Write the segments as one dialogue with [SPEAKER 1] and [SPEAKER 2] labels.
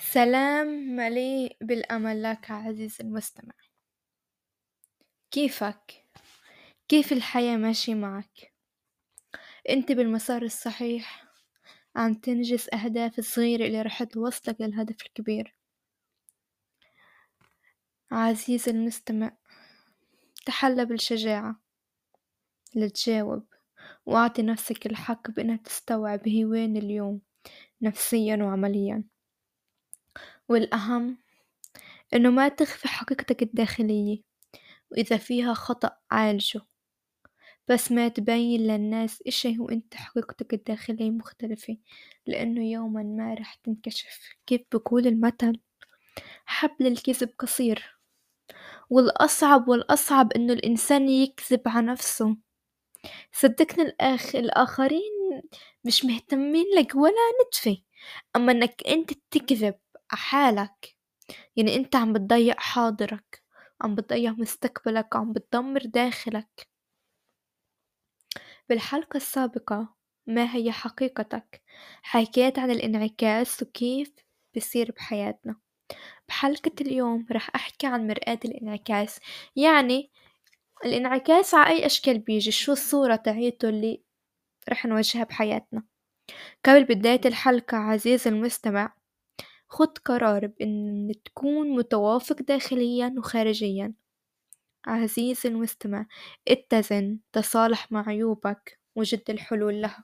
[SPEAKER 1] سلام مليء بالأمل لك عزيزي المستمع. كيفك؟ كيف الحياة ماشي معك؟ أنت بالمسار الصحيح؟ عم تنجز أهداف الصغيرة اللي رح توصلك للهدف الكبير. عزيزي المستمع، تحلى بالشجاعة لتجاوب وأعطي نفسك الحق بأنها تستوعب هي وين اليوم نفسيا وعمليا، والأهم أنه ما تخفي حقيقتك الداخلية، وإذا فيها خطأ عالجه، بس ما تبين للناس إشي هو أنت حقيقتك الداخلية مختلفة، لأنه يوما ما رح تنكشف. كيف بقول المثل؟ حبل الكذب قصير، والأصعب إنه الإنسان يكذب على نفسه. صدقني الآخرين مش مهتمين لك ولا نتفة، أما إنك أنت تكذب على حالك، يعني أنت عم بتضيع حاضرك، عم بتضيع مستقبلك، عم بتدمر داخلك. بالحلقة السابقة ما هي حقيقتك؟ حكيت عن الانعكاس وكيف بيصير بحياتنا. بحلقة اليوم رح أحكي عن مرآة الانعكاس، يعني الانعكاس على أي أشكال بيجي، شو الصورة تاعيته اللي رح نواجهها بحياتنا. قبل بداية الحلقة عزيزي المستمع، خد قرار بأن تكون متوافق داخليا وخارجيا. عزيزي المستمع، اتزن، تصالح مع عيوبك وجد الحلول لها.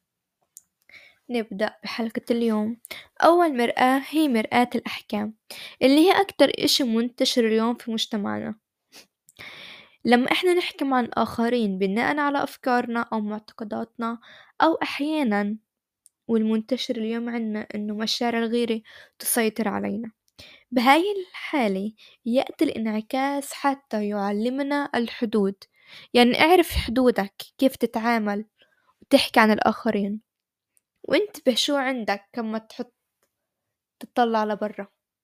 [SPEAKER 1] نبدأ بحلقة اليوم. أول مرآة هي مرآة الأحكام، اللي هي أكتر إشي منتشر اليوم في مجتمعنا. لما إحنا نحكم عن الآخرين بناء على أفكارنا أو معتقداتنا، أو أحيانا والمنتشر اليوم عنا إنه مشاعر الغيرة تسيطر علينا. بهاي الحالة يأتي الانعكاس حتى يعلمنا الحدود، يعني اعرف حدودك، كيف تتعامل وتحكي عن الآخرين، وانتبه شو عندك كما تطلع لبرا.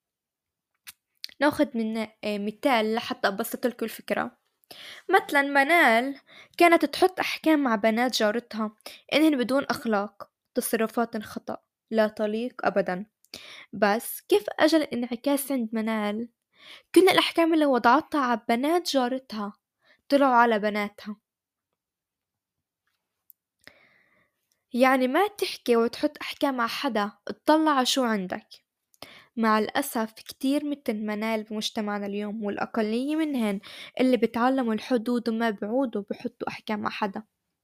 [SPEAKER 1] ناخد من مثال لحتى أبسط لكم الفكرة. مثلا منال كانت تحط أحكام مع بنات جارتها إنهن بدون أخلاق، تصرفات خطأ لا تليق أبدا. بس كيف أجل الانعكاس عند منال؟ كل الأحكام اللي وضعتها على بنات جارتها طلعوا على بناتها. يعني ما تحكي وتحط أحكام على حدا، اطلع شو عندك. مع الأسف كتير مثل منال بمجتمعنا اليوم، والأقلية منهن اللي بتعلموا الحدود وما بعودوا بحطوا أحكام مع حدا.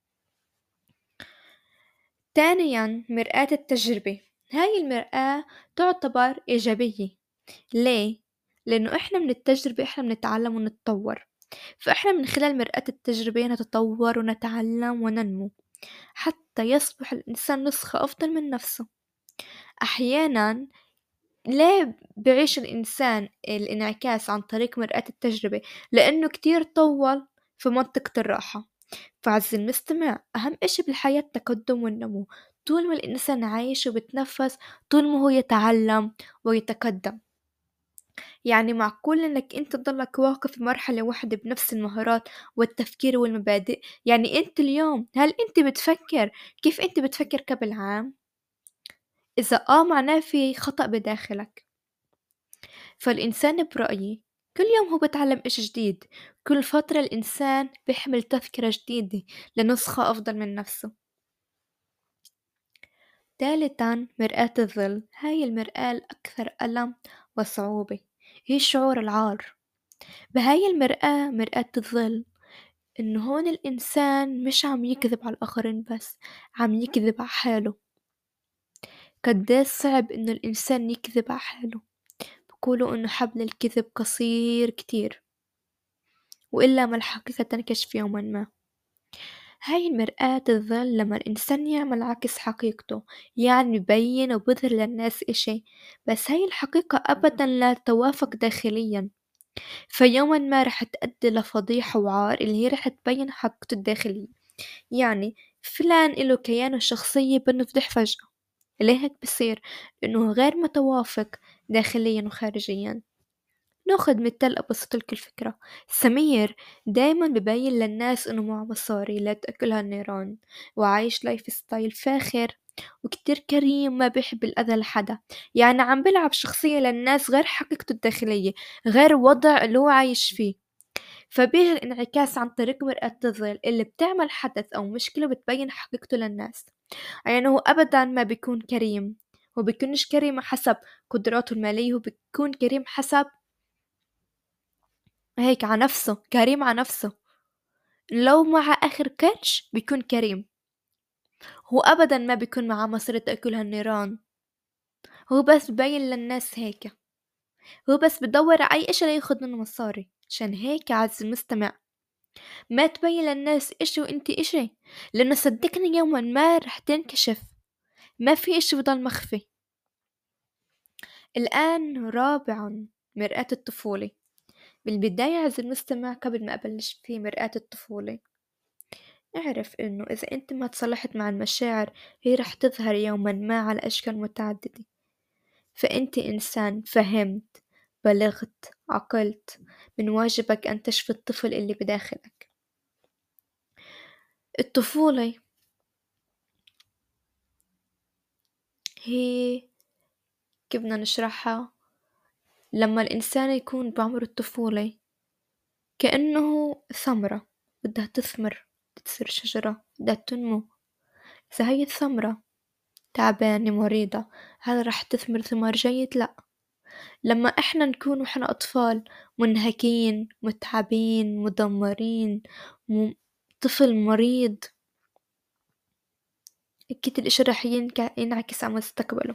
[SPEAKER 1] تانيا مرآة التجربة، هاي المرآة تعتبر إيجابية. ليه؟ لأنه إحنا من التجربة إحنا بنتعلم ونتطور، فإحنا من خلال مرآة التجربة نتطور ونتعلم وننمو حتى يصبح الإنسان نسخة أفضل من نفسه. أحيانا ليه بعيش الإنسان الانعكاس عن طريق مرآة التجربة؟ لأنه كتير طول في منطقة الراحة. فعز المستمع، أهم إشي بالحياة التقدم والنمو. طول ما الإنسان عايش وبتنفس، طول ما هو يتعلم ويتقدم. يعني معقول إنك أنت تضلك واقف في مرحلة واحدة بنفس المهارات والتفكير والمبادئ؟ يعني أنت اليوم هل أنت بتفكر كيف أنت بتفكر قبل عام؟ إذا معناه في خطأ بداخلك. فالإنسان برأيي كل يوم هو بتعلم إشي جديد، كل فترة الإنسان بيحمل تذكرة جديدة لنسخة أفضل من نفسه. ثالثا مرآة الظل، هاي المرآة الأكثر ألم وصعوبة، هي شعور العار. بهاي المرآة، مرآة الظل، إنه هون الإنسان مش عم يكذب على الآخرين بس، عم يكذب على حاله. قديش صعب إنه الإنسان يكذب على حاله. بقولوا إنه حبل الكذب قصير كتير، وإلا ما الحقيقة تنكشف يوما ما. هاي المرآة تظل لما الإنسان يعمل عكس حقيقته، يعني يبين وبظهر للناس إشي بس هاي الحقيقة أبدا لا توافق داخليا، فيوما ما رح تؤدي لفضيحة وعار اللي هي رح تبين حقيقته الداخلية. يعني فلان إله كيانه الشخصية بنفضح فجأة. ليه هيك بصير؟ لأنه غير متوافق داخليا وخارجيا. ناخد مثال أبسط لك الفكرة. سمير دايما ببين للناس إنه معه مصاري لا تأكلها النيران، وعايش لايف ستايل فاخر وكتير كريم ما بيحب الأذى لحدا، يعني عم بلعب شخصية للناس غير حقيقته الداخلية، غير وضع اللي هو عايش فيه. فبيجي الانعكاس عن طريق مرآة الظل اللي بتعمل حدث أو مشكلة بتبين حقيقته للناس. يعني هو أبدا ما بيكون كريم، هو بيكونش كريم حسب قدراته المالية، هو بيكون كريم حسب هيك على نفسه، كريم على نفسه. لو مع آخر كرش بيكون كريم، هو أبدا ما بيكون معاه مصيرة تأكلها النيران، هو بس ببين للناس هيك، هو بس بدور على أي إشي لياخد منه مصاري. عشان هيك عز المستمع ما تبين للناس إشي وإنتي إشي، لأنه صدقني يوما ما رح تنكشف، ما في إشي بضل مخفي. الآن رابعا، مرآة الطفولة. بالبداية عز المستمع قبل ما أبلش في مرآة الطفولة، اعرف إنه إذا أنت ما تصلحت مع المشاعر هي رح تظهر يوما ما على أشكال متعددة. فأنت إنسان فهمت، بلغت، عقلت، من واجبك أن تشفي الطفل اللي بداخلك. الطفولة هي كيف بدنا نشرحها؟ لما الإنسان يكون بعمر الطفولة كأنه ثمرة بدها تثمر، تصير شجرة بدها تنمو. إذا هي الثمرة تعبانة مريضة، هل رح تثمر ثمار جيد؟ لا. لما إحنا نكون وإحنا أطفال منهكين، متعبين، مدمرين، طفل مريض، أكيد الإشي رح ينعكس على مستقبله.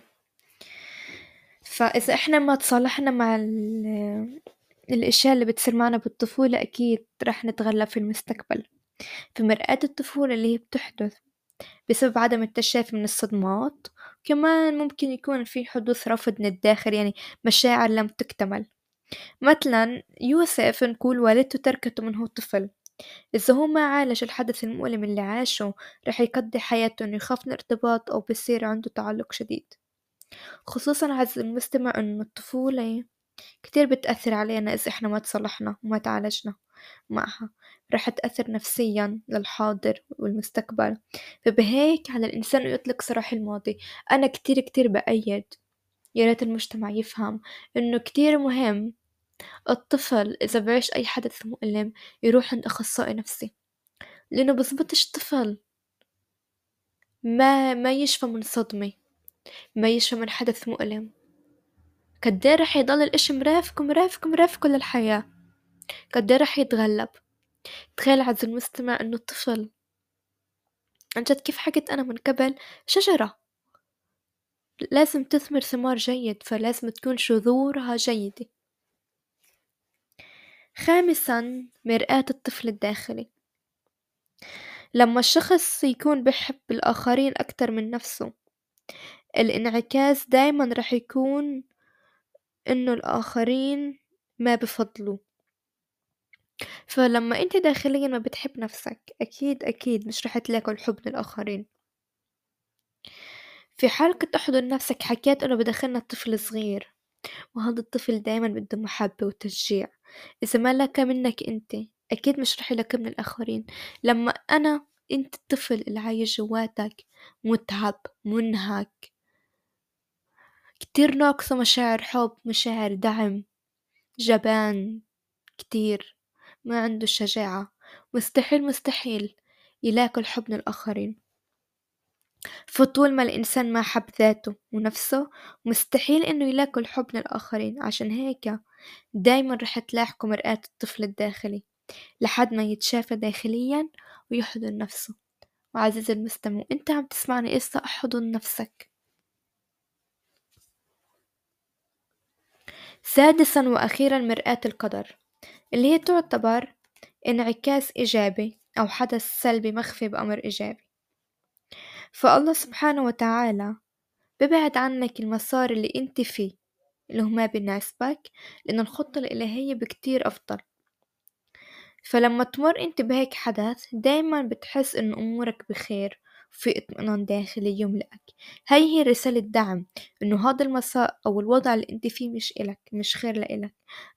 [SPEAKER 1] فإذا إحنا ما تصالحنا مع الأشياء اللي بتصير معنا بالطفولة أكيد رح نتغلب في المستقبل. في مرآة الطفولة اللي هي بتحدث بسبب عدم التشافي من الصدمات، كمان ممكن يكون في حدوث رفض من الداخل، يعني مشاعر لم تكتمل. مثلا يوسف نقول والدته تركته من هو طفل، إذا هو ما عالج الحدث المؤلم اللي عاشه رح يقضي حياته إنه يخاف من الارتباط أو بصير عنده تعلق شديد. خصوصا عز المستمع إنه الطفولة كتير بتأثر علينا إذا إحنا ما تصلحنا وما تعالجنا معها، رح تأثر نفسيا للحاضر والمستقبل. فبهيك على الإنسان إنه يطلق سراح الماضي. أنا كتير كتير بأيد، يا ريت المجتمع يفهم إنه كتير مهم الطفل إذا بعيش أي حدث مؤلم يروح عند أخصائي نفسي، لأنه بزبطش طفل ما يشفى من صدمة، ما يشفى من حدث مؤلم. قديه رح يضل الإشي مرافق مرافق مرافق للحياة، قديه رح يتغلب. تخيل عز المستمع إنه الطفل عن جد كيف حكيت أنا من قبل، شجرة لازم تثمر ثمار جيد، فلازم تكون شذورها جيدة. خامسا، مرآة الطفل الداخلي. لما الشخص يكون بحب الآخرين أكتر من نفسه، الانعكاس دايما رح يكون إنه الآخرين ما بفضلوا. فلما أنت داخليا ما بتحب نفسك أكيد أكيد مش رح تلاقي الحب من الآخرين. في حلقة أحضن نفسك حكيت إنه بدخلنا طفل صغير، وهذا الطفل دايما بده محبة وتشجيع. إذا ما لقى منك أنت أكيد مش رح يلاقي من الآخرين. لما أنت الطفل اللي عايش جواتك متعب منهك كتير ناقصة مشاعر حب، مشاعر دعم، جبان كتير، ما عنده الشجاعة، مستحيل مستحيل يلاقي الحب من الآخرين. فطول ما الإنسان ما حب ذاته ونفسه مستحيل إنه يلاقي الحب من الآخرين. عشان هيك دايما رح تلاحقوا مرآة الطفل الداخلي لحد ما يتشافى داخليا ويحضن نفسه. وعزيزي المستمع انت عم تسمعني إسا احضن نفسك. سادسا وأخيرا، مرآة القدر اللي هي تعتبر انعكاس إيجابي أو حدث سلبي مخفي بأمر إيجابي. فالله سبحانه وتعالى ببعد عنك المسار اللي انت فيه اللي هو ما بيناسبك، لأن الخطة الإلهية بكتير أفضل. فلما تمر انت بهيك حدث دايما بتحس إن أمورك بخير، في اطمئنان داخلي يملأك. هي رسالة دعم إنه هذا المسار أو الوضع اللي انت فيه مش إلك، مش خير لإلك.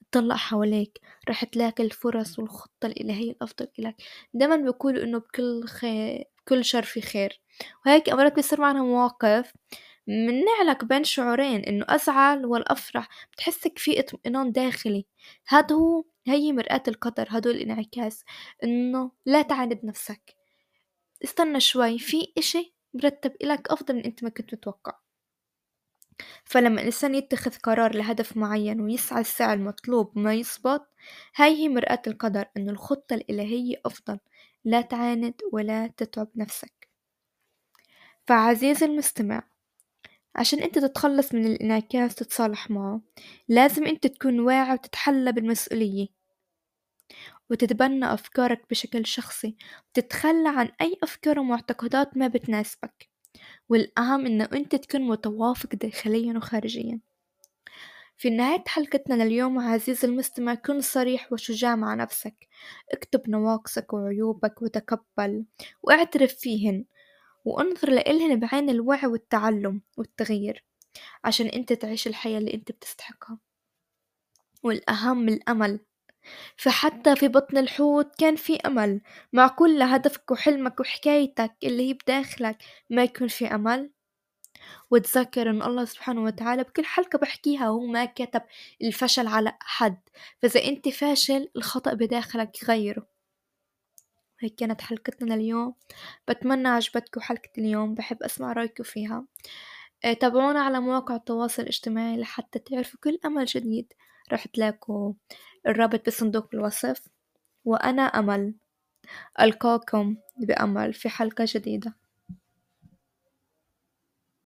[SPEAKER 1] طلع حواليك رح تلاقي الفرص والخطة الإلهية الأفضل إلك. دايما بيقولوا إنه بكل خير بكل شر في خير، وهيك أمرات بيصير معنا مواقف منعلق بين شعورين، إنه أزعل ولا أفرح، بتحسك في اطمئنان داخلي. هي مرآة القدر، هدول الانعكاس. إنه لا تعاند نفسك، استنى شوي، في إشي مرتب إلك أفضل من أنت ما كنت متوقع. فلما الإنسان يتخذ قرار لهدف معين ويسعى السعي المطلوب وما يثبت، هاي مرآة القدر، إنه الخطة الإلهية أفضل. لا تعاند ولا تتعب نفسك. فعزيزي المستمع، عشان أنت تتخلص من الانعكاس تتصالح معه، لازم أنت تكون واعي وتتحلى بالمسؤولية، وتتبنى أفكارك بشكل شخصي، وتتخلى عن أي أفكار ومعتقدات ما بتناسبك. والأهم إنه أنت تكون متوافق داخليا وخارجيا. في نهاية حلقتنا لليوم عزيزي المستمع، كن صريح وشجاع مع نفسك. اكتب نواقصك وعيوبك وتقبل واعترف فيهن، وانظر لإلهن بعين الوعي والتعلم والتغيير، عشان انت تعيش الحياة اللي انت بتستحقها. والأهم الأمل، فحتى في بطن الحوت كان في أمل. مع كل هدفك وحلمك وحكايتك اللي هي بداخلك، ما يكون في أمل. وتذكر إن الله سبحانه وتعالى بكل حلقة بحكيها هو ما كتب الفشل على أحد، فإذا أنت فاشل الخطأ بداخلك غيره. هيك كانت حلقتنا اليوم، بتمنى عجبتكم حلقة اليوم، بحب أسمع رأيكم فيها. تابعونا على مواقع التواصل الاجتماعي لحتى تعرفوا كل أمل جديد. راح تلاقوا الرابط بصندوق الوصف. وأنا أمل، ألقاكم بأمل في حلقة جديدة.